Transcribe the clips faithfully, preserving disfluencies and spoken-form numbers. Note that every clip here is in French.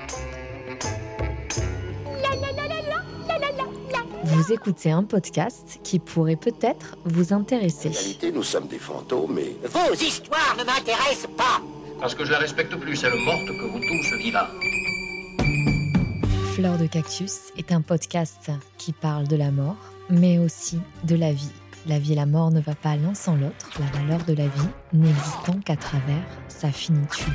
Vous écoutez un podcast qui pourrait peut-être vous intéresser. En réalité, nous sommes des fantômes, mais... Vos histoires ne m'intéressent pas. Parce que je la respecte plus, celle morte, que vous tous vivants. Fleur de Cactus est un podcast qui parle de la mort, mais aussi de la vie. La vie et la mort ne va pas l'un sans l'autre, la valeur de la vie n'existant qu'à travers sa finitude.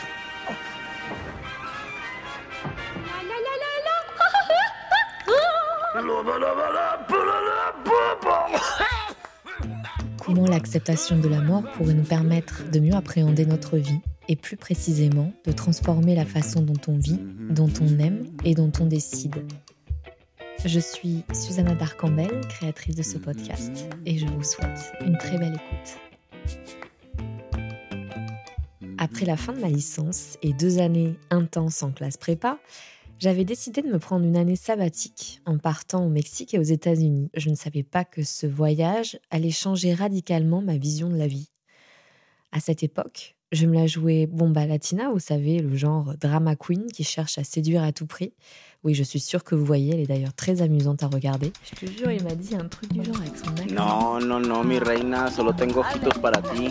Comment l'acceptation de la mort pourrait nous permettre de mieux appréhender notre vie et plus précisément de transformer la façon dont on vit, dont on aime et dont on décide. Je suis Susanna Darcambel, créatrice de ce podcast, et je vous souhaite une très belle écoute. Après la fin de ma licence et deux années intenses en classe prépa, j'avais décidé de me prendre une année sabbatique en partant au Mexique et aux États-Unis. Je ne savais pas que ce voyage allait changer radicalement ma vision de la vie. À cette époque, je me la jouais bomba latina, vous savez, le genre drama queen qui cherche à séduire à tout prix. Oui, je suis sûre que vous voyez, elle est d'ailleurs très amusante à regarder. Je te jure, il m'a dit un truc du genre avec son accent. Non, non, non, mi reina, solo tengo ojitos para ti.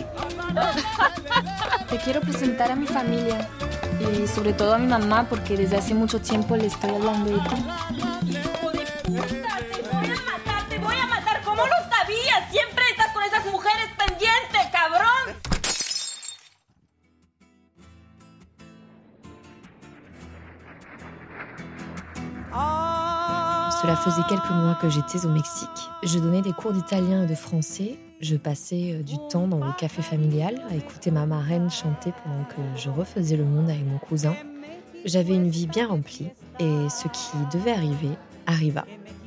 Te quiero presentar a mi familia y sobre todo a mi mamá porque desde hace mucho tiempo le estoy hablando de ti. ¡Hijo de puta! ¡Te voy a matar! ¡Te voy a matar! ¿Cómo lo sabías? ¡Siempre estás con esas mujeres pendientes, cabrón! Cela faisait quelques mois que j'étais au Mexique. Je donnais des cours d'italien et de français. Je passais du temps dans le café familial à écouter ma marraine chanter pendant que je refaisais le monde avec mon cousin. J'avais une vie bien remplie et ce qui devait arriver arriva.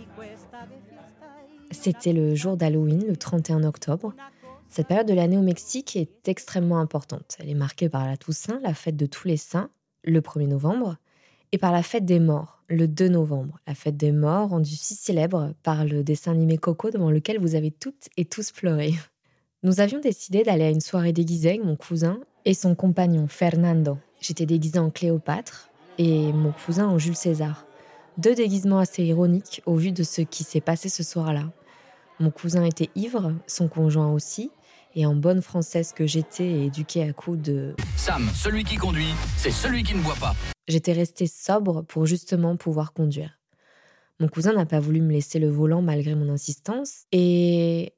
C'était le jour d'Halloween, le trente et un octobre. Cette période de l'année au Mexique est extrêmement importante. Elle est marquée par la Toussaint, la fête de tous les saints, le premier novembre, et par la fête des morts, le deux novembre. La fête des morts, rendue si célèbre par le dessin animé Coco devant lequel vous avez toutes et tous pleuré. Nous avions décidé d'aller à une soirée déguisée avec mon cousin et son compagnon Fernando. J'étais déguisée en Cléopâtre et mon cousin en Jules César. Deux déguisements assez ironiques au vu de ce qui s'est passé ce soir-là. Mon cousin était ivre, son conjoint aussi, et en bonne française que j'étais et éduquée à coups de... Sam, celui qui conduit, c'est celui qui ne boit pas. J'étais restée sobre pour justement pouvoir conduire. Mon cousin n'a pas voulu me laisser le volant malgré mon insistance et...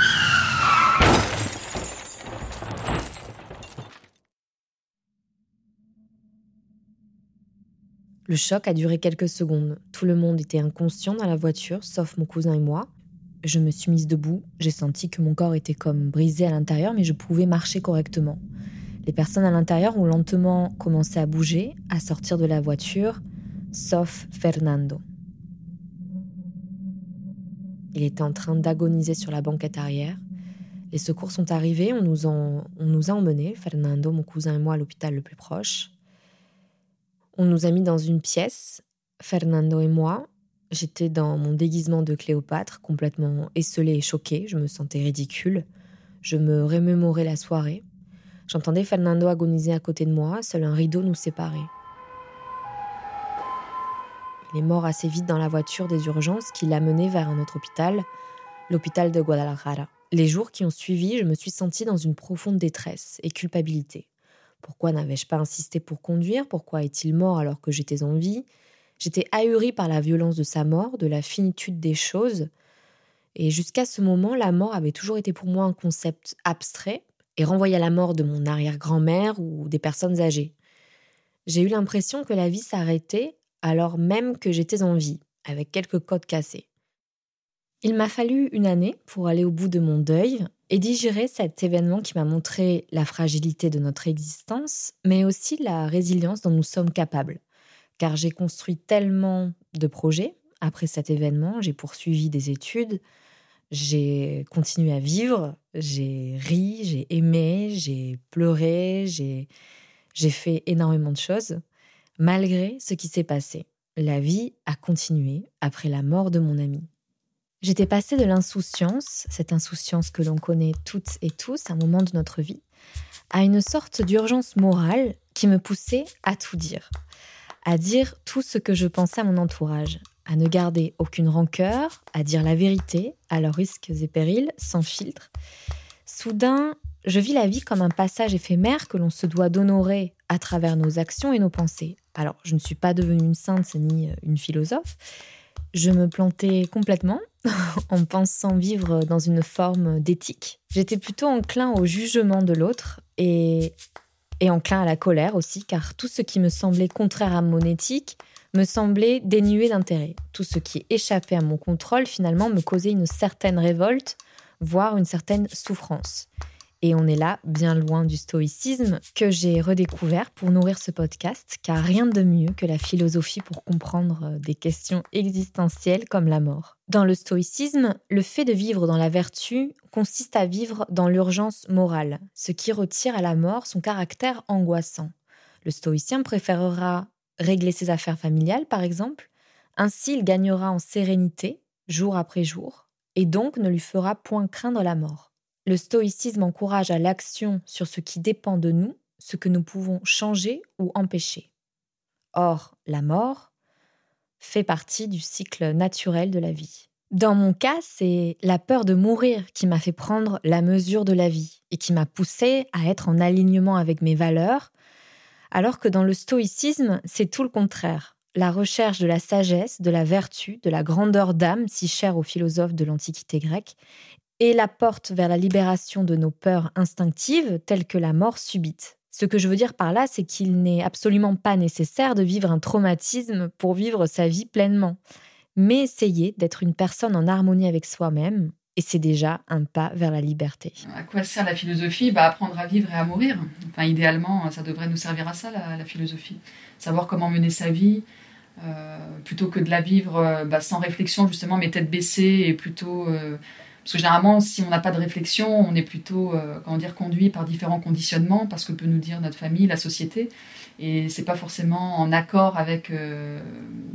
Le choc a duré quelques secondes. Tout le monde était inconscient dans la voiture, sauf mon cousin et moi. Je me suis mise debout, j'ai senti que mon corps était comme brisé à l'intérieur, mais je pouvais marcher correctement. Les personnes à l'intérieur ont lentement commencé à bouger, à sortir de la voiture, sauf Fernando. Il était en train d'agoniser sur la banquette arrière. Les secours sont arrivés, on nous, en, on nous a emmenés, Fernando, mon cousin et moi, à l'hôpital le plus proche. On nous a mis dans une pièce, Fernando et moi. J'étais dans mon déguisement de Cléopâtre, complètement esseulée et choquée. Je me sentais ridicule. Je me remémorais la soirée. J'entendais Fernando agoniser à côté de moi. Seul un rideau nous séparait. Il est mort assez vite dans la voiture des urgences qui l'a mené vers un autre hôpital, l'hôpital de Guadalajara. Les jours qui ont suivi, je me suis sentie dans une profonde détresse et culpabilité. Pourquoi n'avais-je pas insisté pour conduire ? Pourquoi est-il mort alors que j'étais en vie ? J'étais ahurie par la violence de sa mort, de la finitude des choses. Et jusqu'à ce moment, la mort avait toujours été pour moi un concept abstrait et renvoyait à la mort de mon arrière-grand-mère ou des personnes âgées. J'ai eu l'impression que la vie s'arrêtait alors même que j'étais en vie, avec quelques côtes cassées. Il m'a fallu une année pour aller au bout de mon deuil et digérer cet événement qui m'a montré la fragilité de notre existence, mais aussi la résilience dont nous sommes capables. Car j'ai construit tellement de projets après cet événement, j'ai poursuivi des études, j'ai continué à vivre, j'ai ri, j'ai aimé, j'ai pleuré, j'ai, j'ai fait énormément de choses. Malgré ce qui s'est passé, la vie a continué après la mort de mon ami. J'étais passée de l'insouciance, cette insouciance que l'on connaît toutes et tous à un moment de notre vie, à une sorte d'urgence morale qui me poussait à tout dire. à dire tout ce que je pensais à mon entourage, à ne garder aucune rancœur, à dire la vérité, à leurs risques et périls, sans filtre. Soudain, je vis la vie comme un passage éphémère que l'on se doit d'honorer à travers nos actions et nos pensées. Alors, je ne suis pas devenue une sainte ni une philosophe. Je me plantais complètement en pensant vivre dans une forme d'éthique. J'étais plutôt enclin au jugement de l'autre et, et enclin à la colère aussi, car tout ce qui me semblait contraire à mon éthique me semblait dénué d'intérêt. Tout ce qui échappait à mon contrôle, finalement, me causait une certaine révolte, voire une certaine souffrance. Et on est là, bien loin du stoïcisme, que j'ai redécouvert pour nourrir ce podcast, car rien de mieux que la philosophie pour comprendre des questions existentielles comme la mort. Dans le stoïcisme, le fait de vivre dans la vertu consiste à vivre dans l'urgence morale, ce qui retire à la mort son caractère angoissant. Le stoïcien préférera régler ses affaires familiales, par exemple. Ainsi, il gagnera en sérénité, jour après jour, et donc ne lui fera point craindre la mort. Le stoïcisme encourage à l'action sur ce qui dépend de nous, ce que nous pouvons changer ou empêcher. Or, la mort fait partie du cycle naturel de la vie. Dans mon cas, c'est la peur de mourir qui m'a fait prendre la mesure de la vie et qui m'a poussée à être en alignement avec mes valeurs, alors que dans le stoïcisme, c'est tout le contraire. La recherche de la sagesse, de la vertu, de la grandeur d'âme, si chère aux philosophes de l'Antiquité grecque, et la porte vers la libération de nos peurs instinctives, telles que la mort subite. Ce que je veux dire par là, c'est qu'il n'est absolument pas nécessaire de vivre un traumatisme pour vivre sa vie pleinement, mais essayer d'être une personne en harmonie avec soi-même, et c'est déjà un pas vers la liberté. À quoi sert la philosophie ? Bah, apprendre à vivre et à mourir. Enfin, idéalement, ça devrait nous servir à ça, la, la philosophie. Savoir comment mener sa vie, euh, plutôt que de la vivre euh, bah, sans réflexion, justement, mais tête baissée, et plutôt... Euh, Parce que généralement, si on n'a pas de réflexion, on est plutôt euh, comment dire, conduit par différents conditionnements, parce que peut nous dire notre famille, la société, et c'est pas forcément en accord avec euh,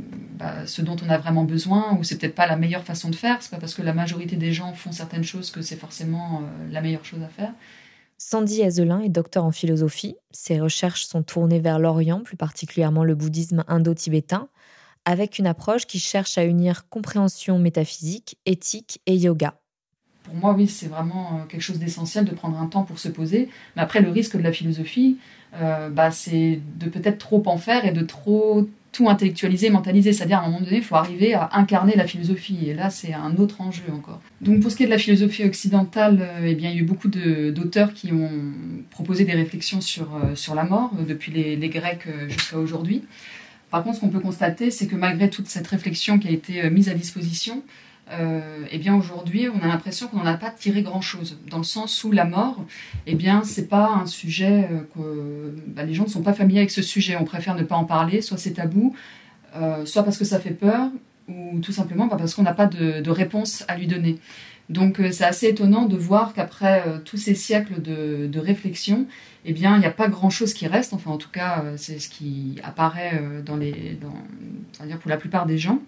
bah, ce dont on a vraiment besoin, ou c'est peut-être pas la meilleure façon de faire. C'est pas parce que la majorité des gens font certaines choses que c'est forcément euh, la meilleure chose à faire. Sandy Ezelin est docteur en philosophie. Ses recherches sont tournées vers l'Orient, plus particulièrement le bouddhisme indo-tibétain, avec une approche qui cherche à unir compréhension métaphysique, éthique et yoga. Pour moi, oui, c'est vraiment quelque chose d'essentiel de prendre un temps pour se poser. Mais après, le risque de la philosophie, euh, bah, c'est de peut-être trop en faire et de trop tout intellectualiser, mentaliser. C'est-à-dire, à un moment donné, il faut arriver à incarner la philosophie. Et là, c'est un autre enjeu encore. Donc, pour ce qui est de la philosophie occidentale, euh, eh bien, il y a eu beaucoup de, d'auteurs qui ont proposé des réflexions sur, euh, sur la mort, euh, depuis les, les Grecs euh, jusqu'à aujourd'hui. Par contre, ce qu'on peut constater, c'est que malgré toute cette réflexion qui a été euh, mise à disposition, Euh, eh bien aujourd'hui, on a l'impression qu'on n'en a pas tiré grand-chose, dans le sens où la mort, eh bien, c'est pas un sujet euh, que bah, les gens ne sont pas familiers avec ce sujet. On préfère ne pas en parler, soit c'est tabou, euh, soit parce que ça fait peur, ou tout simplement bah, parce qu'on n'a pas de, de réponse à lui donner. Donc euh, c'est assez étonnant de voir qu'après euh, tous ces siècles de, de réflexion, eh bien, il n'y a pas grand-chose qui reste. Enfin, en tout cas, euh, c'est ce qui apparaît euh, dans les, dans, c'est-à-dire pour la plupart des gens.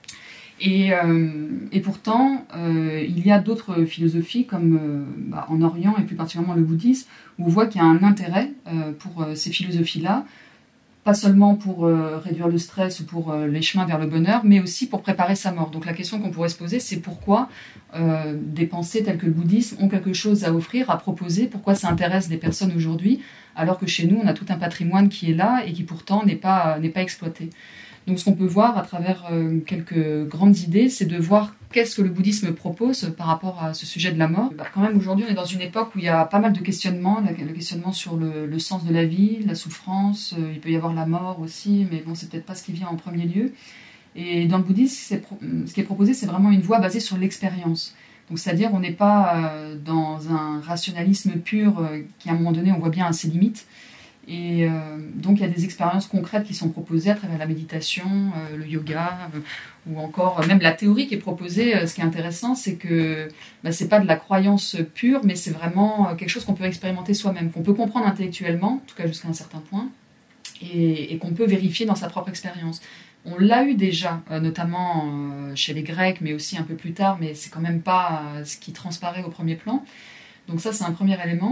Et, euh, et pourtant, euh, il y a d'autres philosophies, comme euh, bah, en Orient, et plus particulièrement le bouddhisme, où on voit qu'il y a un intérêt euh, pour euh, ces philosophies-là, pas seulement pour euh, réduire le stress ou pour euh, les chemins vers le bonheur, mais aussi pour préparer sa mort. Donc la question qu'on pourrait se poser, c'est pourquoi euh, des pensées telles que le bouddhisme ont quelque chose à offrir, à proposer, pourquoi ça intéresse des personnes aujourd'hui, alors que chez nous, on a tout un patrimoine qui est là et qui pourtant n'est pas, n'est pas exploité. Donc ce qu'on peut voir à travers euh, quelques grandes idées, c'est de voir qu'est-ce que le bouddhisme propose par rapport à ce sujet de la mort. Bah, quand même, aujourd'hui, on est dans une époque où il y a pas mal de questionnements, le questionnement sur le, le sens de la vie, la souffrance, euh, il peut y avoir la mort aussi, mais bon, c'est peut-être pas ce qui vient en premier lieu. Et dans le bouddhisme, c'est pro- ce qui est proposé, c'est vraiment une voie basée sur l'expérience. Donc c'est-à-dire, on n'est pas euh, dans un rationalisme pur euh, qui, à un moment donné, on voit bien à ses limites. Et euh, donc il y a des expériences concrètes qui sont proposées à travers la méditation, euh, le yoga, euh, ou encore euh, même la théorie qui est proposée. Euh, ce qui est intéressant, c'est que bah, c'est pas de la croyance pure, mais c'est vraiment euh, quelque chose qu'on peut expérimenter soi-même, qu'on peut comprendre intellectuellement, en tout cas jusqu'à un certain point, et, et qu'on peut vérifier dans sa propre expérience. On l'a eu déjà, euh, notamment euh, chez les Grecs, mais aussi un peu plus tard, mais c'est quand même pas euh, ce qui transparaît au premier plan. Donc ça, c'est un premier élément.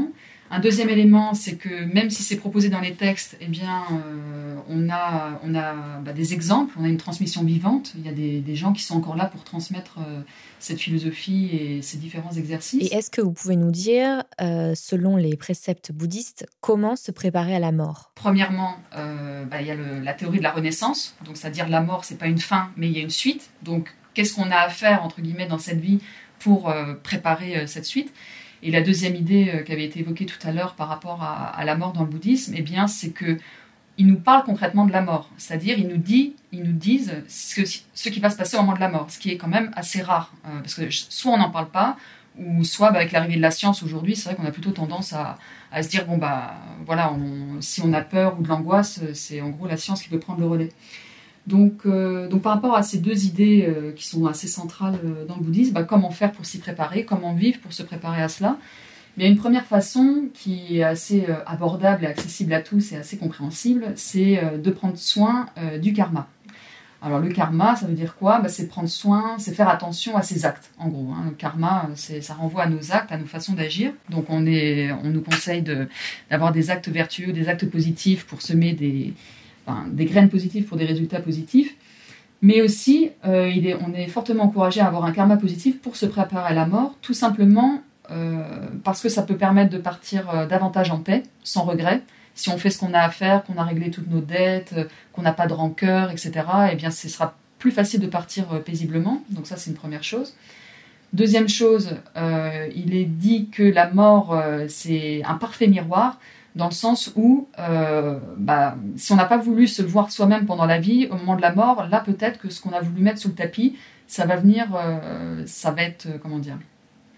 Un deuxième élément, c'est que même si c'est proposé dans les textes, eh bien, euh, on a, on a bah, des exemples, on a une transmission vivante. Il y a des, des gens qui sont encore là pour transmettre euh, cette philosophie et ces différents exercices. Et est-ce que vous pouvez nous dire, euh, selon les préceptes bouddhistes, comment se préparer à la mort ? Premièrement, euh, bah, il y a le, la théorie de la renaissance, donc c'est-à-dire la mort, c'est pas une fin, mais il y a une suite. Donc, qu'est-ce qu'on a à faire entre guillemets dans cette vie pour euh, préparer euh, cette suite ? Et la deuxième idée euh, qui avait été évoquée tout à l'heure par rapport à, à la mort dans le bouddhisme, eh bien, c'est que il nous parle concrètement de la mort, c'est-à-dire il nous dit, ils nous disent ce, ce qui va se passer au moment de la mort, ce qui est quand même assez rare, euh, parce que soit on n'en parle pas, ou soit bah, avec l'arrivée de la science aujourd'hui, c'est vrai qu'on a plutôt tendance à, à se dire bon bah voilà, on, si on a peur ou de l'angoisse, c'est en gros la science qui peut prendre le relais. Donc, euh, donc par rapport à ces deux idées euh, qui sont assez centrales euh, dans le bouddhisme, bah, comment faire pour s'y préparer, comment vivre pour se préparer à cela ? Il y a une première façon qui est assez euh, abordable et accessible à tous et assez compréhensible, c'est euh, de prendre soin euh, du karma. Alors le karma, ça veut dire quoi ? Bah, c'est prendre soin, c'est faire attention à ses actes, en gros. Hein. Le karma, c'est, ça renvoie à nos actes, à nos façons d'agir. Donc on, est, on nous conseille de, d'avoir des actes vertueux, des actes positifs pour semer des... Enfin, des graines positives pour des résultats positifs, mais aussi euh, il est, on est fortement encouragé à avoir un karma positif pour se préparer à la mort, tout simplement euh, parce que ça peut permettre de partir euh, davantage en paix, sans regret. Si on fait ce qu'on a à faire, qu'on a réglé toutes nos dettes, euh, qu'on n'a pas de rancœur, et cetera, eh bien, ce sera plus facile de partir euh, paisiblement. Donc ça, c'est une première chose. Deuxième chose, euh, il est dit que la mort, euh, c'est un parfait miroir, dans le sens où, euh, bah, si on n'a pas voulu se voir soi-même pendant la vie, au moment de la mort, là peut-être que ce qu'on a voulu mettre sous le tapis, ça va venir, euh, ça va être, euh, comment dire,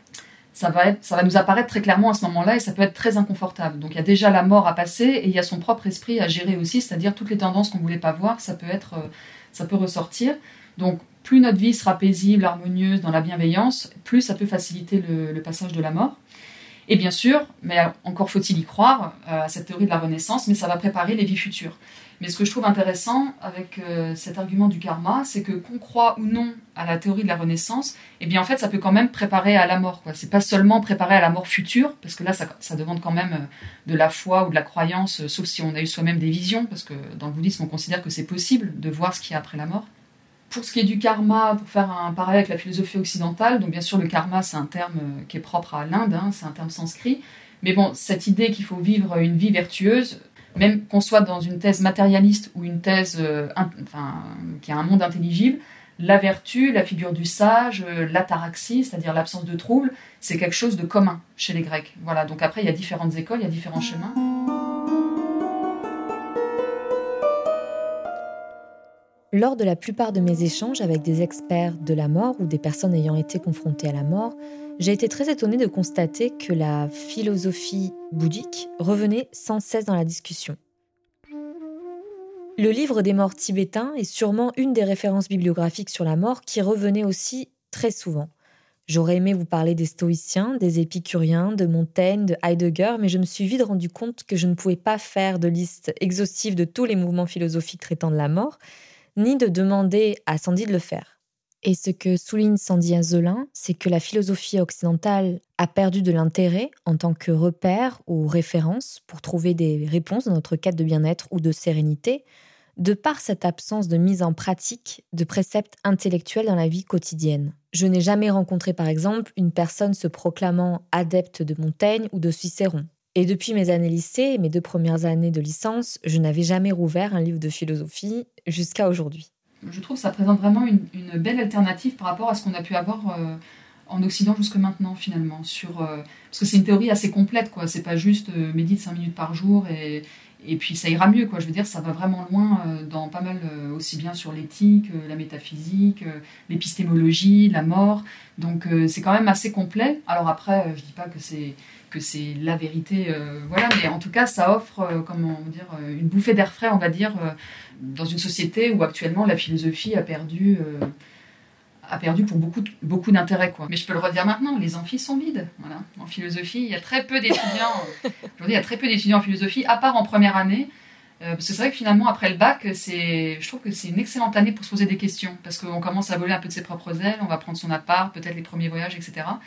ça va être, ça va nous apparaître très clairement à ce moment-là et ça peut être très inconfortable. Donc il y a déjà la mort à passer et il y a son propre esprit à gérer aussi, c'est-à-dire toutes les tendances qu'on voulait pas voir, ça peut être, euh, ça peut ressortir. Donc plus notre vie sera paisible, harmonieuse, dans la bienveillance, plus ça peut faciliter le, le passage de la mort. Et bien sûr, mais encore faut-il y croire, euh, à cette théorie de la renaissance, mais ça va préparer les vies futures. Mais ce que je trouve intéressant avec euh, cet argument du karma, c'est que qu'on croit ou non à la théorie de la renaissance, eh bien en fait ça peut quand même préparer à la mort, quoi. C'est pas seulement préparer à la mort future, parce que là ça, ça demande quand même de la foi ou de la croyance, sauf si on a eu soi-même des visions, parce que dans le bouddhisme on considère que c'est possible de voir ce qu'il y a après la mort. Pour ce qui est du karma, pour faire un parallèle avec la philosophie occidentale, donc bien sûr le karma c'est un terme qui est propre à l'Inde, hein, c'est un terme sanskrit, mais bon, cette idée qu'il faut vivre une vie vertueuse, même qu'on soit dans une thèse matérialiste ou une thèse euh, in, enfin, qui a un monde intelligible, la vertu, la figure du sage, euh, l'ataraxie, c'est-à-dire l'absence de trouble, c'est quelque chose de commun chez les Grecs. Voilà, donc après il y a différentes écoles, il y a différents chemins. Lors de la plupart de mes échanges avec des experts de la mort ou des personnes ayant été confrontées à la mort, j'ai été très étonnée de constater que la philosophie bouddhique revenait sans cesse dans la discussion. Le livre des morts tibétains est sûrement une des références bibliographiques sur la mort qui revenait aussi très souvent. J'aurais aimé vous parler des stoïciens, des épicuriens, de Montaigne, de Heidegger, mais je me suis vite rendu compte que je ne pouvais pas faire de liste exhaustive de tous les mouvements philosophiques traitant de la mort, ni de demander à Sandy de le faire. Et ce que souligne Sandy Azelin, c'est que la philosophie occidentale a perdu de l'intérêt en tant que repère ou référence pour trouver des réponses dans notre quête de bien-être ou de sérénité, de par cette absence de mise en pratique de préceptes intellectuels dans la vie quotidienne. Je n'ai jamais rencontré par exemple une personne se proclamant adepte de Montaigne ou de Cicéron. Et depuis mes années lycée et mes deux premières années de licence, je n'avais jamais rouvert un livre de philosophie jusqu'à aujourd'hui. Je trouve que ça présente vraiment une, une belle alternative par rapport à ce qu'on a pu avoir euh, en Occident jusque maintenant finalement. Sur, euh, parce que c'est une théorie assez complète, quoi. C'est pas juste euh, médite cinq minutes par jour et, et puis ça ira mieux, quoi. Je veux dire, ça va vraiment loin euh, dans pas mal, euh, aussi bien sur l'éthique, euh, la métaphysique, euh, l'épistémologie, la mort. Donc euh, c'est quand même assez complet. Alors après, euh, je dis pas que c'est que c'est la vérité, euh, voilà, mais en tout cas, ça offre, euh, comment dire, euh, une bouffée d'air frais, on va dire, euh, dans une société où actuellement la philosophie a perdu, euh, a perdu pour beaucoup, beaucoup d'intérêt, quoi. Mais je peux le redire maintenant, les amphis sont vides, voilà. En philosophie, il y a très peu d'étudiants, euh, aujourd'hui, il y a très peu d'étudiants en philosophie, à part en première année, euh, parce que c'est vrai que finalement, après le bac, c'est, je trouve que c'est une excellente année pour se poser des questions, parce qu'on commence à voler un peu de ses propres ailes, on va prendre son appart, peut-être les premiers voyages, et cetera.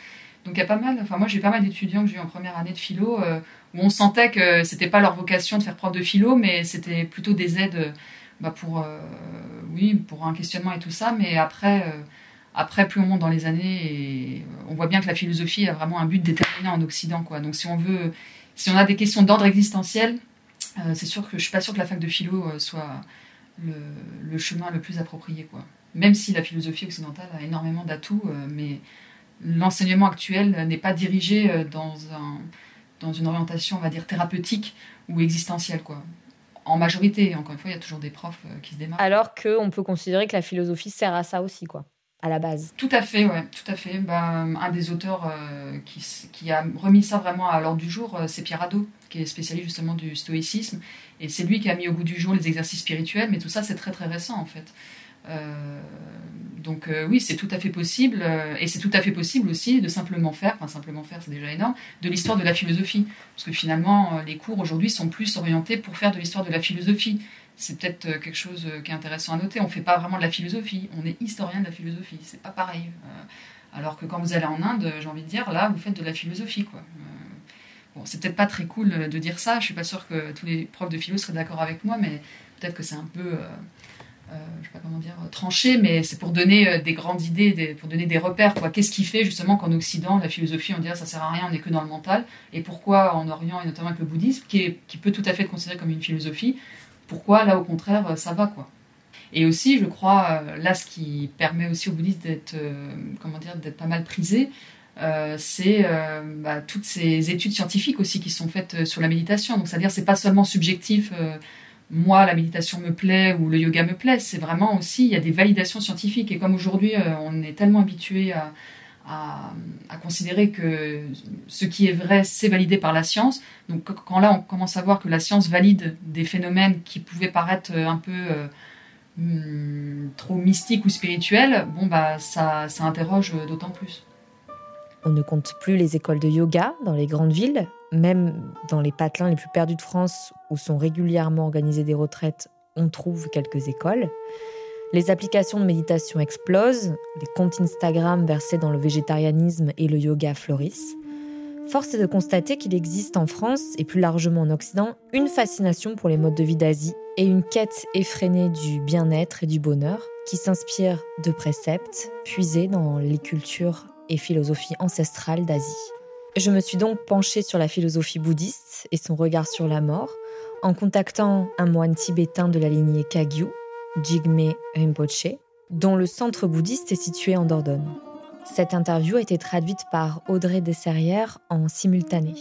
Donc il y a pas mal, enfin moi j'ai pas mal d'étudiants que j'ai eu en première année de philo euh, où on sentait que c'était pas leur vocation de faire prof de philo, mais c'était plutôt des aides bah, pour, euh, oui, pour un questionnement et tout ça. Mais après, euh, après, plus on monte dans les années, et on voit bien que la philosophie a vraiment un but déterminant en Occident, quoi. Donc si on veut, si on a des questions d'ordre existentiel, euh, c'est sûr que je suis pas sûre que la fac de philo euh, soit le, le chemin le plus approprié, quoi. Même si la philosophie occidentale a énormément d'atouts, euh, mais l'enseignement actuel n'est pas dirigé dans, un, dans une orientation, on va dire, thérapeutique ou existentielle, quoi. En majorité, encore une fois, il y a toujours des profs qui se démarquent. Alors qu'on peut considérer que la philosophie sert à ça aussi, quoi, à la base. Tout à fait, ouais, tout à fait. Bah, un des auteurs euh, qui, qui a remis ça vraiment à l'ordre du jour, euh, c'est Pierre Hadot, qui est spécialiste justement du stoïcisme. Et c'est lui qui a mis au goût du jour les exercices spirituels, mais tout ça, c'est très très récent, en fait. Euh, donc euh, oui, c'est tout à fait possible, euh, et c'est tout à fait possible aussi de simplement faire, enfin simplement faire c'est déjà énorme, de l'histoire de la philosophie, parce que finalement euh, les cours aujourd'hui sont plus orientés pour faire de l'histoire de la philosophie. C'est peut-être euh, quelque chose euh, qui est intéressant à noter, on ne fait pas vraiment de la philosophie, on est historien de la philosophie, c'est pas pareil. Euh, alors que quand vous allez en Inde, j'ai envie de dire, là vous faites de la philosophie, quoi. Euh, bon, c'est peut-être pas très cool de dire ça, je suis pas sûre que tous les profs de philo seraient d'accord avec moi, mais peut-être que c'est un peu... Euh, Euh, je sais pas comment dire, tranché, mais c'est pour donner euh, des grandes idées, des, pour donner des repères, quoi. Qu'est-ce qui fait justement qu'en Occident, la philosophie, on dirait ça sert à rien, on n'est que dans le mental, et pourquoi en Orient, et notamment avec le bouddhisme, qui, est, qui peut tout à fait être considéré comme une philosophie, pourquoi là au contraire ça va, quoi. Et aussi, je crois, euh, là ce qui permet aussi au bouddhisme d'être, euh, comment dire, d'être pas mal prisé, euh, c'est euh, bah, toutes ces études scientifiques aussi qui sont faites sur la méditation. Donc c'est-à-dire c'est pas seulement subjectif. Euh, moi, la méditation me plaît ou le yoga me plaît, c'est vraiment aussi, il y a des validations scientifiques. Et comme aujourd'hui, euh, on est tellement habitué à, à, à considérer que ce qui est vrai, c'est validé par la science. Donc quand là, on commence à voir que la science valide des phénomènes qui pouvaient paraître un peu euh, hum, trop mystiques ou spirituels, bon, bah, ça, ça interroge d'autant plus. On ne compte plus les écoles de yoga dans les grandes villes. Même dans les patelins les plus perdus de France, où sont régulièrement organisées des retraites, on trouve quelques écoles. Les applications de méditation explosent, les comptes Instagram versés dans le végétarianisme et le yoga florissent. Force est de constater qu'il existe en France, et plus largement en Occident, une fascination pour les modes de vie d'Asie et une quête effrénée du bien-être et du bonheur qui s'inspire de préceptes puisés dans les cultures et philosophies ancestrales d'Asie. Je me suis donc penchée sur la philosophie bouddhiste et son regard sur la mort, en contactant un moine tibétain de la lignée Kagyu, Jigme Rinpoche, dont le centre bouddhiste est situé en Dordogne. Cette interview a été traduite par Audrey Desserrières en simultané.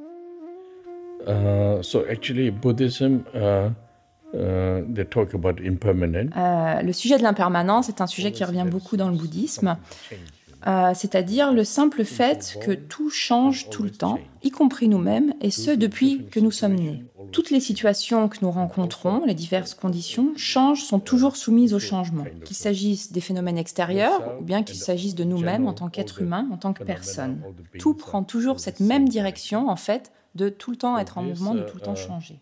Uh, so actually, Buddhism, uh, uh, they talk about impermanent. Euh, le sujet de l'impermanence est un sujet qui revient beaucoup dans le bouddhisme. Euh, c'est-à-dire le simple fait que tout change tout le temps, y compris nous-mêmes, et ce depuis que nous sommes nés. Toutes les situations que nous rencontrons, les diverses conditions, changent, sont toujours soumises au changement, qu'il s'agisse des phénomènes extérieurs ou bien qu'il s'agisse de nous-mêmes en tant qu'êtres humains, en tant que personnes. Tout prend toujours cette même direction, en fait, de tout le temps être en mouvement, de tout le temps changer.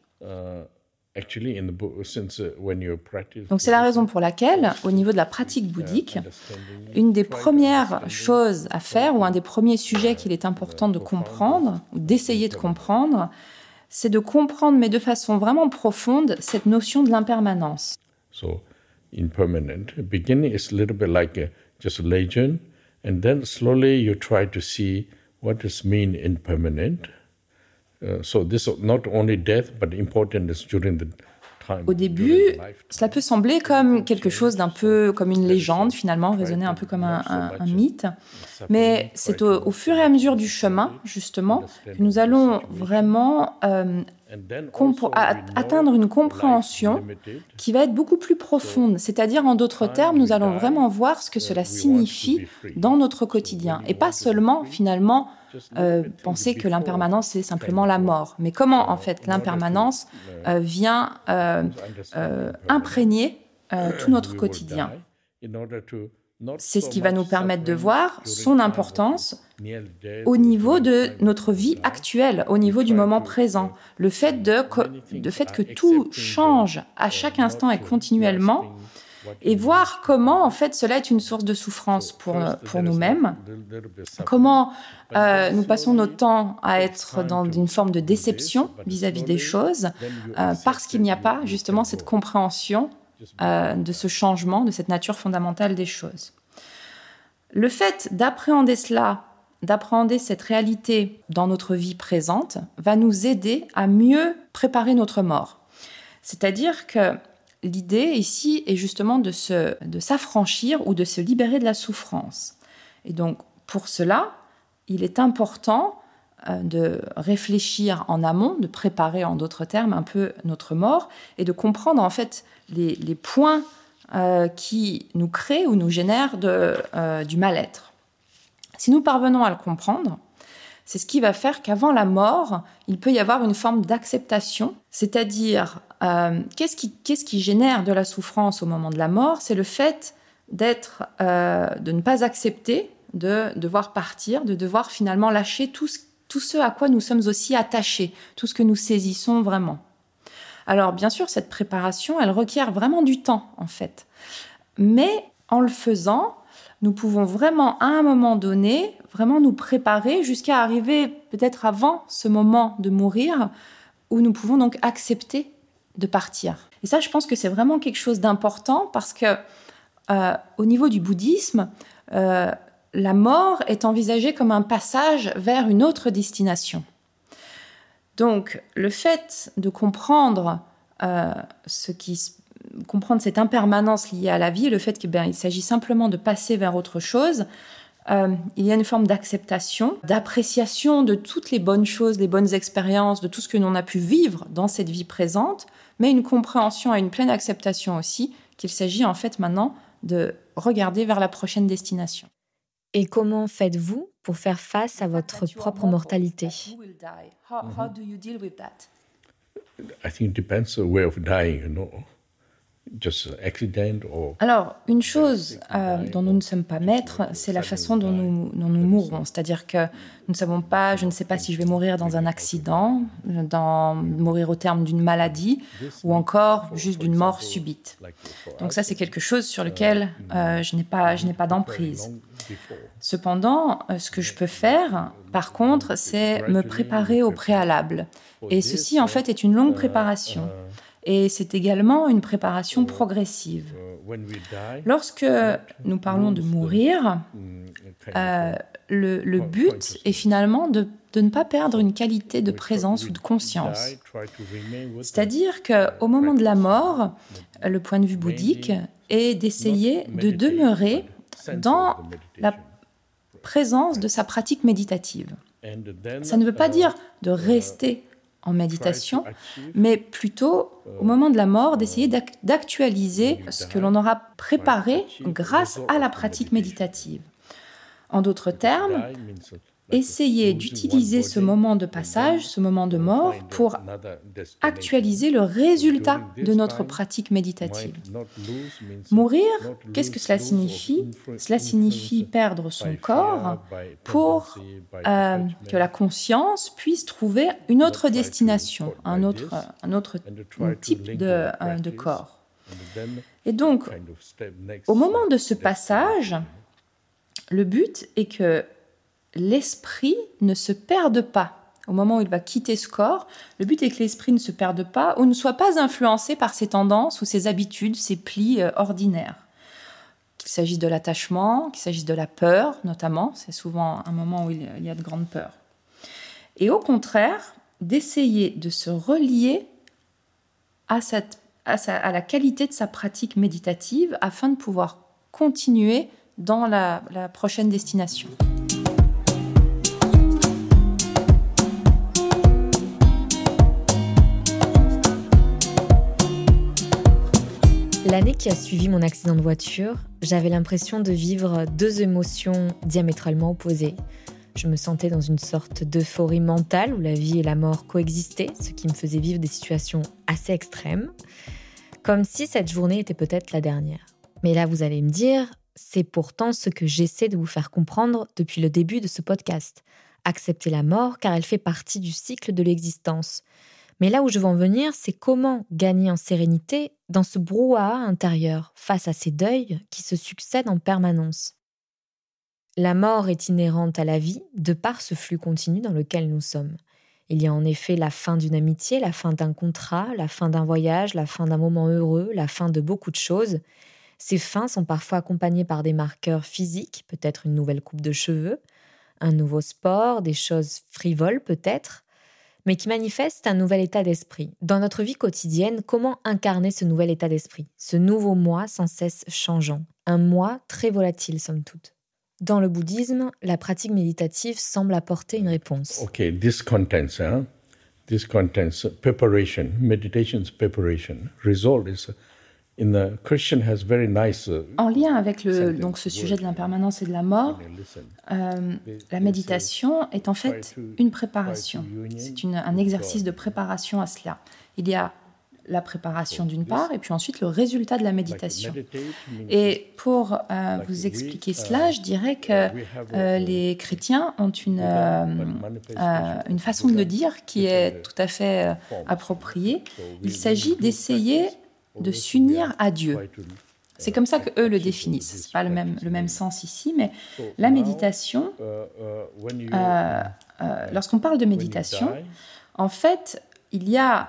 Donc c'est la raison pour laquelle, au niveau de la pratique bouddhique, une des premières choses à faire, ou un des premiers sujets qu'il est important de comprendre, ou d'essayer de comprendre, c'est de comprendre, mais de façon vraiment profonde, cette notion de l'impermanence. So, impermanent. Beginning is a little bit like a, just a legend, and then slowly you try to see what does mean impermanent. Uh, so this is not only death, but important is during the time. Au début, cela peut sembler comme quelque chose d'un peu comme une légende, finalement, résonner un peu comme un, un, un mythe. Mais c'est au, au fur et à mesure du chemin, justement, que nous allons vraiment euh, compre- à, atteindre une compréhension qui va être beaucoup plus profonde. C'est-à-dire, en d'autres termes, nous allons vraiment voir ce que cela signifie dans notre quotidien. Et pas seulement, finalement, Euh, penser que l'impermanence, c'est simplement la mort. Mais comment, en fait, l'impermanence euh, vient euh, euh, imprégner euh, tout notre quotidien. C'est ce qui va nous permettre de voir son importance au niveau de notre vie actuelle, au niveau du moment présent. Le fait, de, le fait que tout change à chaque instant et continuellement, et voir comment, en fait, cela est une source de souffrance pour, pour nous-mêmes. Comment euh, nous passons notre temps à être dans une forme de déception vis-à-vis des choses, euh, parce qu'il n'y a pas, justement, cette compréhension euh, de ce changement, de cette nature fondamentale des choses. Le fait d'appréhender cela, d'appréhender cette réalité dans notre vie présente, va nous aider à mieux préparer notre mort. C'est-à-dire que l'idée ici est justement de, se, de s'affranchir ou de se libérer de la souffrance. Et donc, pour cela, il est important euh, de réfléchir en amont, de préparer en d'autres termes un peu notre mort et de comprendre en fait les, les points euh, qui nous créent ou nous génèrent de, euh, du mal-être. Si nous parvenons à le comprendre, c'est ce qui va faire qu'avant la mort, il peut y avoir une forme d'acceptation, c'est-à-dire euh, qu'est-ce qui, qu'est-ce qui génère de la souffrance au moment de la mort ? C'est le fait d'être, euh, de ne pas accepter, de devoir partir, de devoir finalement lâcher tout ce, tout ce à quoi nous sommes aussi attachés, tout ce que nous saisissons vraiment. Alors bien sûr, cette préparation, elle requiert vraiment du temps en fait, mais en le faisant, nous pouvons vraiment, à un moment donné, vraiment nous préparer jusqu'à arriver peut-être avant ce moment de mourir, où nous pouvons donc accepter de partir. Et ça, je pense que c'est vraiment quelque chose d'important parce que, euh, au niveau du bouddhisme, euh, la mort est envisagée comme un passage vers une autre destination. Donc, le fait de comprendre euh, ce qui se comprendre cette impermanence liée à la vie, le fait qu'il ben, s'agit simplement de passer vers autre chose, euh, il y a une forme d'acceptation, d'appréciation de toutes les bonnes choses, les bonnes expériences, de tout ce que l'on a pu vivre dans cette vie présente, mais une compréhension et une pleine acceptation aussi qu'il s'agit en fait maintenant de regarder vers la prochaine destination. Et comment faites-vous pour faire face à votre propre mortalité ? How do you deal with that? I think it depends on the way of dying, you know. Alors, une chose euh, dont nous ne sommes pas maîtres, c'est la façon dont nous, dont nous mourrons. C'est-à-dire que nous ne savons pas, je ne sais pas si je vais mourir dans un accident, dans, mourir au terme d'une maladie, ou encore juste d'une mort subite. Donc ça, c'est quelque chose sur lequel euh, je n'ai pas, je n'ai pas d'emprise. Cependant, euh, ce que je peux faire, par contre, c'est me préparer au préalable. Et ceci, en fait, est une longue préparation. Et c'est également une préparation progressive. Lorsque nous parlons de mourir, euh, le, le but est finalement de, de ne pas perdre une qualité de présence ou de conscience. C'est-à-dire qu'au moment de la mort, le point de vue bouddhique est d'essayer de demeurer dans la présence de sa pratique méditative. Ça ne veut pas dire de rester en méditation, mais plutôt, au moment de la mort, d'essayer d'actualiser ce que l'on aura préparé grâce à la pratique méditative. En d'autres termes, essayer d'utiliser ce moment de passage, ce moment de mort, pour actualiser le résultat de notre pratique méditative. Mourir, qu'est-ce que cela signifie ? Cela signifie perdre son corps pour euh, que la conscience puisse trouver une autre destination, un autre, un autre type de, euh, de corps. Et donc, au moment de ce passage, le but est que l'esprit ne se perde pas. Au moment où il va quitter ce corps, le but est que l'esprit ne se perde pas ou ne soit pas influencé par ses tendances ou ses habitudes, ses plis euh, ordinaires. Qu'il s'agisse de l'attachement, qu'il s'agisse de la peur, notamment, c'est souvent un moment où il y a de grandes peurs. Et au contraire, d'essayer de se relier à, cette, à, sa, à la qualité de sa pratique méditative afin de pouvoir continuer dans la, la prochaine destination. L'année qui a suivi mon accident de voiture, j'avais l'impression de vivre deux émotions diamétralement opposées. Je me sentais dans une sorte d'euphorie mentale où la vie et la mort coexistaient, ce qui me faisait vivre des situations assez extrêmes, comme si cette journée était peut-être la dernière. Mais là, vous allez me dire, c'est pourtant ce que j'essaie de vous faire comprendre depuis le début de ce podcast. Accepter la mort car elle fait partie du cycle de l'existence. Mais là où je veux en venir, c'est comment gagner en sérénité dans ce brouhaha intérieur face à ces deuils qui se succèdent en permanence. La mort est inhérente à la vie de par ce flux continu dans lequel nous sommes. Il y a en effet la fin d'une amitié, la fin d'un contrat, la fin d'un voyage, la fin d'un moment heureux, la fin de beaucoup de choses. Ces fins sont parfois accompagnées par des marqueurs physiques, peut-être une nouvelle coupe de cheveux, un nouveau sport, des choses frivoles peut-être, mais qui manifestent un nouvel état d'esprit. Dans notre vie quotidienne, comment incarner ce nouvel état d'esprit, ce nouveau moi sans cesse changeant, un moi très volatile somme toute. Dans le bouddhisme, la pratique méditative semble apporter une réponse. Okay, this contains, huh? This contains preparation. Meditation's preparation. Result is in the Christian has very nice. Uh, en lien avec le, donc ce sujet de l'impermanence et de la mort, euh, la méditation est en fait une préparation. C'est une, un exercice de préparation à cela. Il y a la préparation d'une part, et puis ensuite le résultat de la méditation. Et pour euh, vous expliquer cela, je dirais que euh, les chrétiens ont une, euh, euh, une façon de le dire qui est tout à fait euh, appropriée. Il s'agit d'essayer de s'unir à Dieu. C'est comme ça qu'eux le définissent. Ce n'est pas le même, le même sens ici, mais la méditation, euh, euh, lorsqu'on parle de méditation, en fait, il y a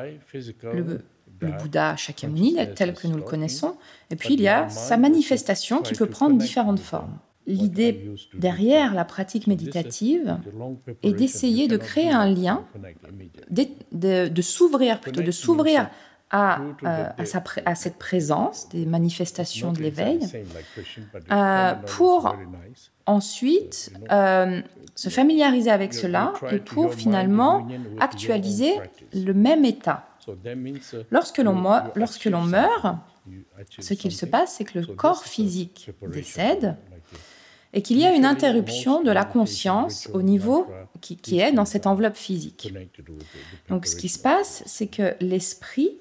le, le Bouddha Shakyamuni, tel que nous le connaissons, et puis il y a sa manifestation qui peut prendre différentes formes. L'idée derrière la pratique méditative est d'essayer de créer un lien, de, de, de s'ouvrir plutôt, de s'ouvrir à, euh, à, sa, à cette présence des manifestations de l'éveil, euh, pour ensuite euh, se familiariser avec cela et pour finalement actualiser le même état. Lorsque l'on, mo- lorsque l'on meurt, ce qu'il se passe, c'est que le corps physique décède et qu'il y a une interruption de la conscience au niveau qui, qui est dans cette enveloppe physique. Donc ce qui se passe, c'est que l'esprit,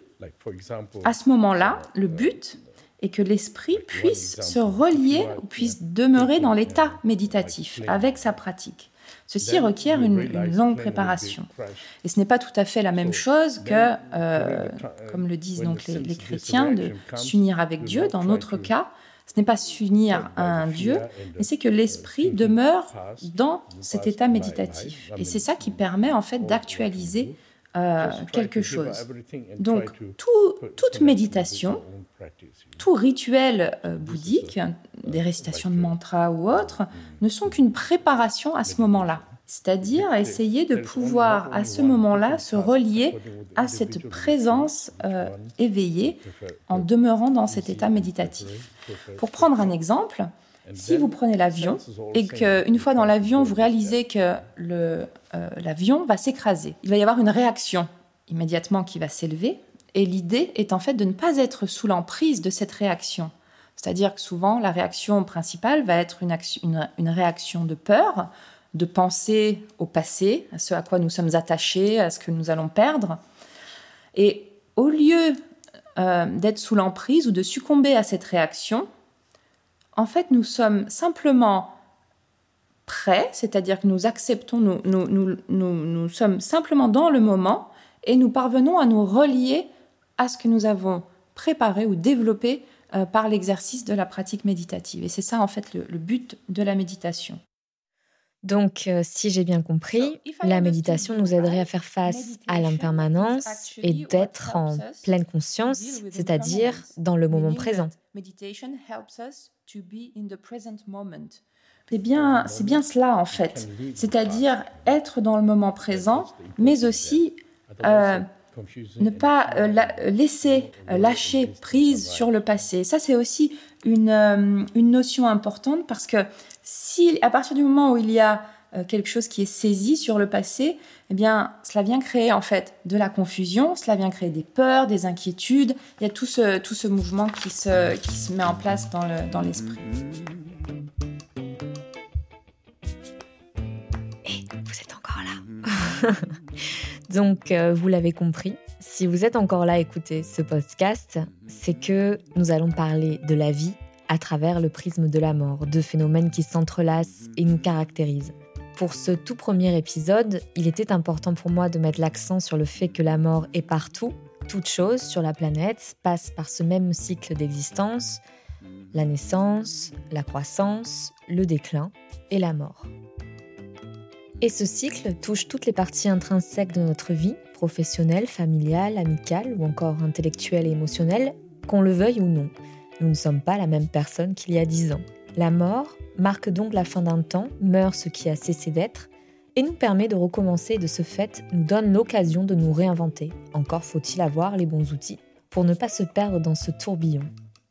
à ce moment-là, le but est que l'esprit puisse se relier ou puisse demeurer dans l'état méditatif avec sa pratique. Ceci requiert une, une longue préparation. Et ce n'est pas tout à fait la même chose que, euh, comme le disent donc les, les chrétiens, de s'unir avec Dieu. Dans notre cas, ce n'est pas s'unir à un Dieu, mais c'est que l'esprit demeure dans cet état méditatif. Et c'est ça qui permet en fait d'actualiser euh, quelque chose. Donc, tout, toute méditation, tout rituel euh, bouddhique, des récitations de mantras ou autres, ne sont qu'une préparation à ce moment-là. C'est-à-dire essayer de pouvoir, à ce moment-là, se relier à cette présence euh, éveillée en demeurant dans cet état méditatif. Pour prendre un exemple, si vous prenez l'avion et qu'une fois dans l'avion, vous réalisez que le, euh, l'avion va s'écraser, il va y avoir une réaction immédiatement qui va s'élever. Et l'idée est en fait de ne pas être sous l'emprise de cette réaction. C'est-à-dire que souvent, la réaction principale va être une, action, une, une réaction de peur, de penser au passé, à ce à quoi nous sommes attachés, à ce que nous allons perdre. Et au lieu euh, d'être sous l'emprise ou de succomber à cette réaction, en fait, nous sommes simplement prêts, c'est-à-dire que nous acceptons, nous, nous, nous, nous, nous sommes simplement dans le moment et nous parvenons à nous relier à ce que nous avons préparé ou développé euh, par l'exercice de la pratique méditative. Et c'est ça, en fait, le, le but de la méditation. Donc, euh, si j'ai bien compris, la méditation nous aiderait à faire face à l'impermanence et d'être en pleine conscience, c'est-à-dire dans le moment présent. C'est bien, c'est bien cela, en fait. C'est-à-dire être dans le moment présent, mais aussi euh, ne pas euh, la, laisser euh, lâcher prise sur le passé. Ça, c'est aussi une, euh, une notion importante parce que si, à partir du moment où il y a euh, quelque chose qui est saisi sur le passé, eh bien, cela vient créer en fait de la confusion, cela vient créer des peurs, des inquiétudes. Il y a tout ce, tout ce mouvement qui se, qui se met en place dans, le, dans l'esprit. Et vous êtes encore là. Donc, euh, vous l'avez compris, si vous êtes encore là à écouter ce podcast, c'est que nous allons parler de la vie à travers le prisme de la mort, de phénomènes qui s'entrelacent et nous caractérisent. Pour ce tout premier épisode, il était important pour moi de mettre l'accent sur le fait que la mort est partout. Toute chose sur la planète passe par ce même cycle d'existence, la naissance, la croissance, le déclin et la mort. Et ce cycle touche toutes les parties intrinsèques de notre vie, professionnelle, familiale, amicale ou encore intellectuelle et émotionnelle, qu'on le veuille ou non. Nous ne sommes pas la même personne qu'il y a dix ans. La mort marque donc la fin d'un temps, meurt ce qui a cessé d'être, et nous permet de recommencer et de ce fait nous donne l'occasion de nous réinventer. Encore faut-il avoir les bons outils pour ne pas se perdre dans ce tourbillon.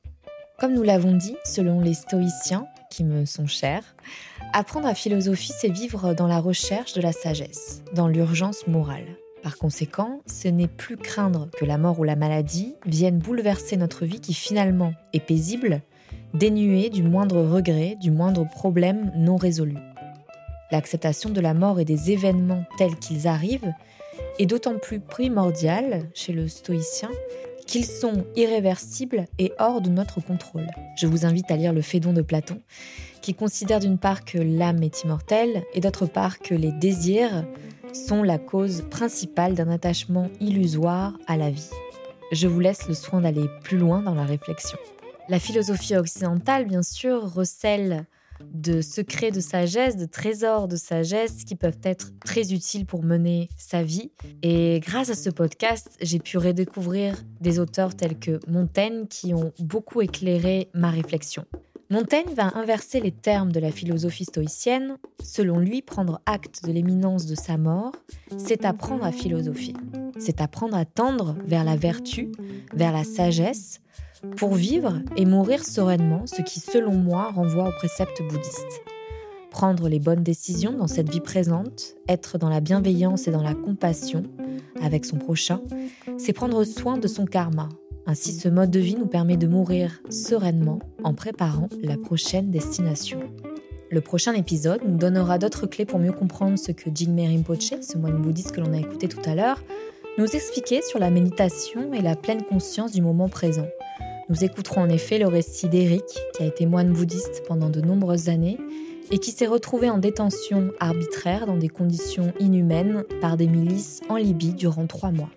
Comme nous l'avons dit, selon les stoïciens, qui me sont chers, apprendre à philosophie, c'est vivre dans la recherche de la sagesse, dans l'urgence morale. Par conséquent, ce n'est plus craindre que la mort ou la maladie viennent bouleverser notre vie qui finalement est paisible, dénuée du moindre regret, du moindre problème non résolu. L'acceptation de la mort et des événements tels qu'ils arrivent est d'autant plus primordiale chez le stoïcien qu'ils sont irréversibles et hors de notre contrôle. Je vous invite à lire le Phédon de Platon, qui considère d'une part que l'âme est immortelle et d'autre part que les désirs sont la cause principale d'un attachement illusoire à la vie. Je vous laisse le soin d'aller plus loin dans la réflexion. La philosophie occidentale, bien sûr, recèle de secrets de sagesse, de trésors de sagesse qui peuvent être très utiles pour mener sa vie. Et grâce à ce podcast, j'ai pu redécouvrir des auteurs tels que Montaigne qui ont beaucoup éclairé ma réflexion. Montaigne va inverser les termes de la philosophie stoïcienne. Selon lui, prendre acte de l'imminence de sa mort, c'est apprendre à philosopher. C'est apprendre à tendre vers la vertu, vers la sagesse, pour vivre et mourir sereinement, ce qui, selon moi, renvoie aux préceptes bouddhistes. Prendre les bonnes décisions dans cette vie présente, être dans la bienveillance et dans la compassion avec son prochain, c'est prendre soin de son karma. Ainsi, ce mode de vie nous permet de mourir sereinement en préparant la prochaine destination. Le prochain épisode nous donnera d'autres clés pour mieux comprendre ce que Jigme Rinpoche, ce moine bouddhiste que l'on a écouté tout à l'heure, nous expliquait sur la méditation et la pleine conscience du moment présent. Nous écouterons en effet le récit d'Éric, qui a été moine bouddhiste pendant de nombreuses années et qui s'est retrouvé en détention arbitraire dans des conditions inhumaines par des milices en Libye durant trois mois.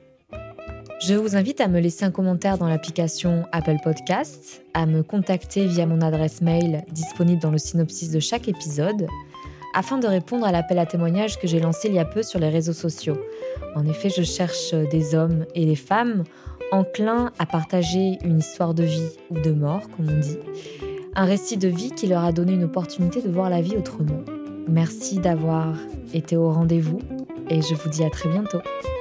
Je vous invite à me laisser un commentaire dans l'application Apple Podcasts, à me contacter via mon adresse mail disponible dans le synopsis de chaque épisode, afin de répondre à l'appel à témoignages que j'ai lancé il y a peu sur les réseaux sociaux. En effet, je cherche des hommes et des femmes enclins à partager une histoire de vie ou de mort, comme on dit, un récit de vie qui leur a donné une opportunité de voir la vie autrement. Merci d'avoir été au rendez-vous et je vous dis à très bientôt.